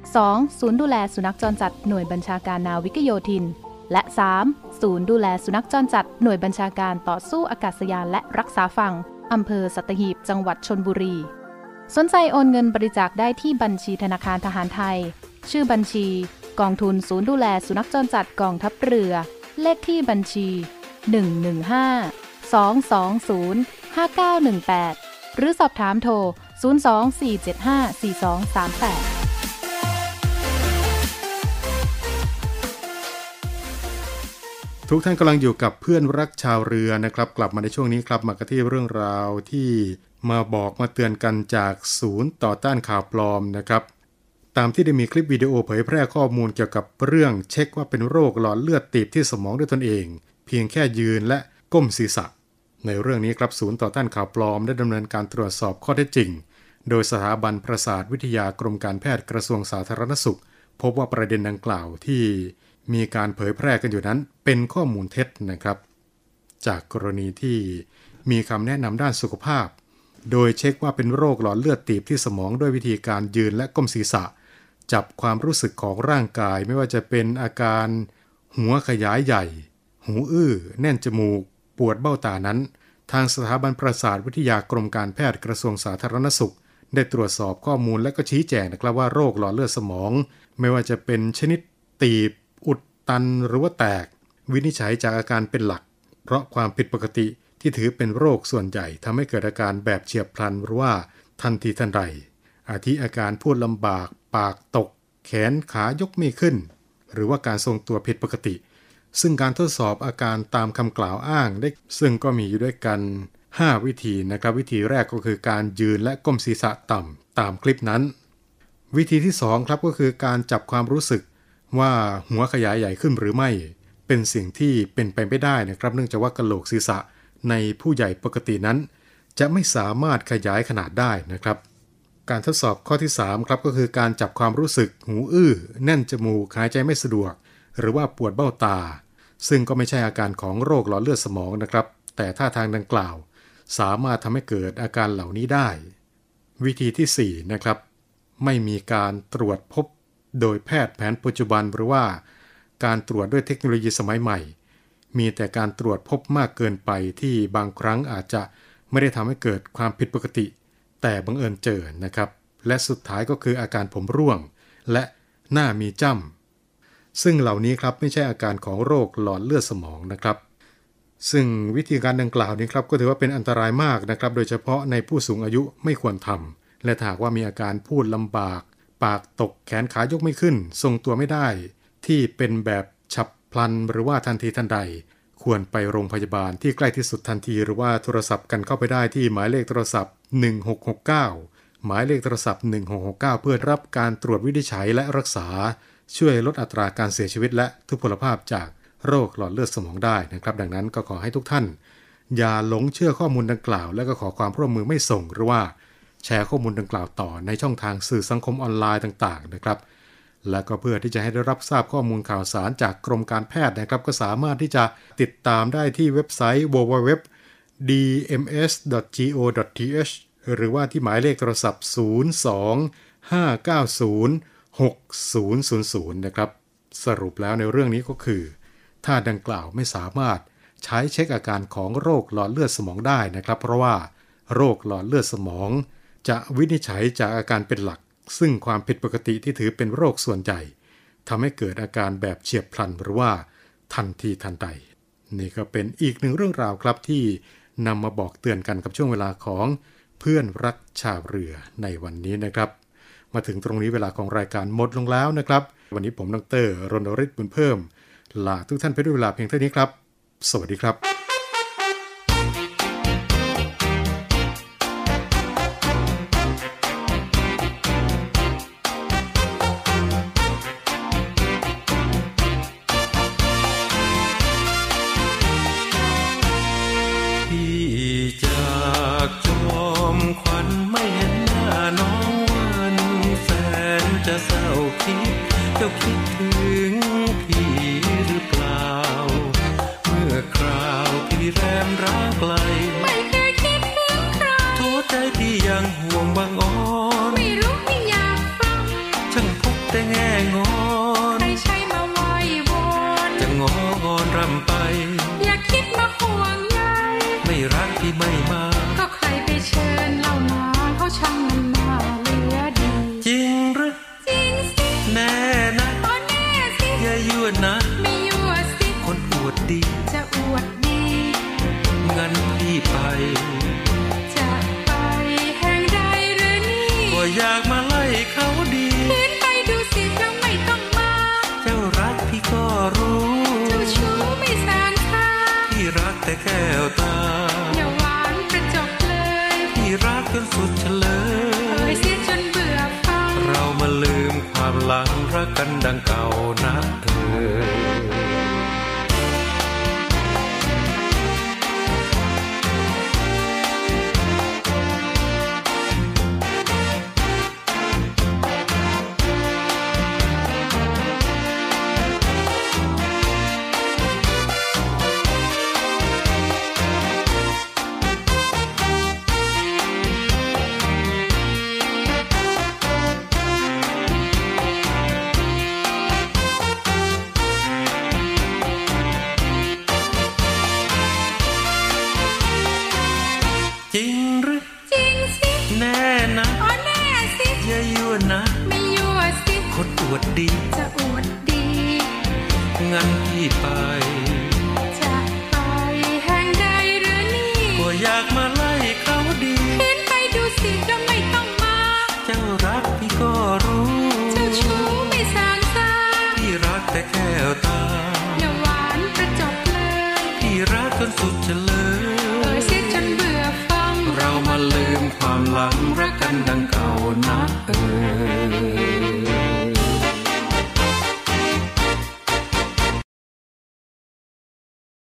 2. ศูนย์ดูแลสุนัขจรจัดหน่วยบัญชาการนาวิกโยธินและ 3. ศูนย์ดูแลสุนัขจรจัดหน่วยบัญชาการต่อสู้อากาศยานและรักษาฝั่งอำเภอสัตหีบจังหวัดชลบุรีสนใจโอนเงินบริจาคได้ที่บัญชีธนาคารทหารไทยชื่อบัญชีกองทุนศูนย์ดูแลสุนัขจรจัดกองทัพเรือเลขที่บัญชี 115-220-5918 หรือสอบถามโทร 024754238 ทุกท่านกำลังอยู่กับเพื่อนรักชาวเรือนะครับกลับมาในช่วงนี้ครับมากันที่เรื่องราวที่มาบอกมาเตือนกันจากศูนย์ต่อต้านข่าวปลอมนะครับตามที่ได้มีคลิปวิดีโอเผยแพร่ข้อมูลเกี่ยวกับเรื่องเช็คว่าเป็นโรคหลอดเลือดตีบที่สมองด้วยตนเองเพียงแค่ยืนและก้มศีรษะในเรื่องนี้ครับศูนย์ต่อต้านข่าวปลอมได้ดำเนินการตรวจสอบข้อเท็จจริงโดยสถาบันประสาทวิทยากรมการแพทย์กระทรวงสาธารณสุขพบว่าประเด็นดังกล่าวที่มีการเผยแพร่กันอยู่นั้นเป็นข้อมูลเท็จนะครับจากกรณีที่มีคำแนะนำด้านสุขภาพโดยเช็คว่าเป็นโรคหลอดเลือดตีบที่สมองด้วยวิธีการยืนและก้มศีรษะจับความรู้สึกของร่างกายไม่ว่าจะเป็นอาการหัวขยายใหญ่หูอื้อแน่นจมูกปวดเบ้าตานั้นทางสถาบันประสาทวิทยากรมการแพทย์กระทรวงสาธารณสุขได้ตรวจสอบข้อมูลและก็ชี้แจงนะครับว่าโรคหลอดเลือดสมองไม่ว่าจะเป็นชนิดตีบอุดตันหรือว่าแตกวินิจฉัยจากอาการเป็นหลักเพราะความผิดปกติที่ถือเป็นโรคส่วนใหญ่ทำให้เกิดอาการแบบเฉียบพลันหรือว่าทันทีทันใดอาทิอาการพูดลำบากปากตกแขนขายกไม่ขึ้นหรือว่าการทรงตัวผิดปกติซึ่งการทดสอบอาการตามคำกล่าวอ้างได้ซึ่งก็มีอยู่ด้วยกัน5วิธีนะครับวิธีแรกก็คือการยืนและก้มศีรษะต่ำตามคลิปนั้นวิธีที่2ครับก็คือการจับความรู้สึกว่าหัวขยายใหญ่ขึ้นหรือไม่เป็นสิ่งที่เป็นไปไม่ได้นะครับเนื่องจากว่ากะโหลกศีรษะในผู้ใหญ่ปกตินั้นจะไม่สามารถขยายขนาดได้นะครับการทดสอบข้อที่3ครับก็คือการจับความรู้สึกหูอื้อแน่นจมูกหายใจไม่สะดวกหรือว่าปวดเบ้าตาซึ่งก็ไม่ใช่อาการของโรคหลอดเลือดสมองนะครับแต่ท่าทางดังกล่าวสามารถทำให้เกิดอาการเหล่านี้ได้วิธีที่4นะครับไม่มีการตรวจพบโดยแพทย์แผนปัจจุบันหรือว่าการตรวจด้วยเทคโนโลยีสมัยใหม่มีแต่การตรวจพบมากเกินไปที่บางครั้งอาจจะไม่ได้ทำให้เกิดความผิดปกติแต่บังเอิญเจอนะครับและสุดท้ายก็คืออาการผมร่วงและหน้ามีจ้ำซึ่งเหล่านี้ครับไม่ใช่อาการของโรคหลอดเลือดสมองนะครับซึ่งวิธีการดังกล่าวนี้ครับก็ถือว่าเป็นอันตรายมากนะครับโดยเฉพาะในผู้สูงอายุไม่ควรทำและหากว่ามีอาการพูดลำบากปากตกแขนขายกไม่ขึ้นทรงตัวไม่ได้ที่เป็นแบบฉับพลันหรือว่าทันทีทันใดควรไปโรงพยาบาลที่ใกล้ที่สุดทันทีหรือว่าโทรศัพท์กันเข้าไปได้ที่หมายเลขโทรศัพท์1669หมายเลขโทรศัพท์1669เพื่อรับการตรวจวินิจฉัยและรักษาช่วยลดอัตราการเสียชีวิตและทุพพลภาพจากโรคหลอดเลือดสมองได้นะครับดังนั้นก็ขอให้ทุกท่านอย่าหลงเชื่อข้อมูลดังกล่าวและก็ขอความร่วมมือไม่ส่งหรือว่าแชร์ข้อมูลดังกล่าวต่อในช่องทางสื่อสังคมออนไลน์ต่างๆนะครับและก็เพื่อที่จะให้ได้รับทราบข้อมูลข่าวสารจากกรมการแพทย์นะครับก็สามารถที่จะติดตามได้ที่เว็บไซต์ www.dms.go.th หรือว่าที่หมายเลขโทรศัพท์02-590-6000นะครับสรุปแล้วในเรื่องนี้ก็คือถ้าดังกล่าวไม่สามารถใช้เช็คอาการของโรคหลอดเลือดสมองได้นะครับเพราะว่าโรคหลอดเลือดสมองจะวินิจฉัยจากอาการเป็นหลักซึ่งความผิดปกติที่ถือเป็นโรคส่วนใหญ่ทำให้เกิดอาการแบบเฉียบพลันหรือว่าทันทีทันใดนี่ก็เป็นอีกหนึ่งเรื่องราวครับที่นำมาบอกเตือนกันกับช่วงเวลาของเพื่อนรักชาวเรือในวันนี้นะครับมาถึงตรงนี้เวลาของรายการหมดลงแล้วนะครับวันนี้ผมดร.รณฤทธิ์บุญเพิ่มลาทุกท่านไปด้วยเวลาเพียงเท่านี้ครับสวัสดีครับคิดถึงพี่หรือเปล่าเมื่อคราวพี่แรมรักไกลไม่เคยคิดถึงใครโทษใจพี่ยังห่วงบางอ่อนไม่รู้ไม่อยากฟังช่างพบแต่แง่งอนใครใช้มาไหว้วอนจะงอนรำไปอย่าคิดมาห่วงใยไม่รักพี่ไม่มาก็ใครไปเชิญเล่านาเขาช่างมันน่าเหลือดีจริงหรือจริงสิแน่นะอย่ายั่วนะไม่ยั่วสิคนอวดดีจะอวดดีงั้นพี่ไปจะไปแห่งใดหรือนี่ก็อยากมาไล่เขาดีขึ้นไปดูสิเจ้าไม่ต้องมาเจ้ารักพี่ก็รู้เจ้าชู้ไม่สางทาพี่รักแต่แก้วตาอย่าหวานกระจกเลยพี่รักจนสุดเฉลยเสียจนเบื่อฟังเรามาลืมความหลังรักกันดังเก่านะดีจะอวดดีงั้นพี่ไปจะไปแห่งใดหรือนี่ก็อยากมาไล่เขาดีขึ้นไปดูสิก็ไม่ต้องมาเจ้ารักพี่ก็รู้เจ้าชู้ไม่สางซาพี่รักแต่แก้วตาอย่าหวานกระจกเลยพี่รักจนสุดเฉลยเสียจนเบื่อฟังเรามาลืมความหลังรักกันดังเก่านะ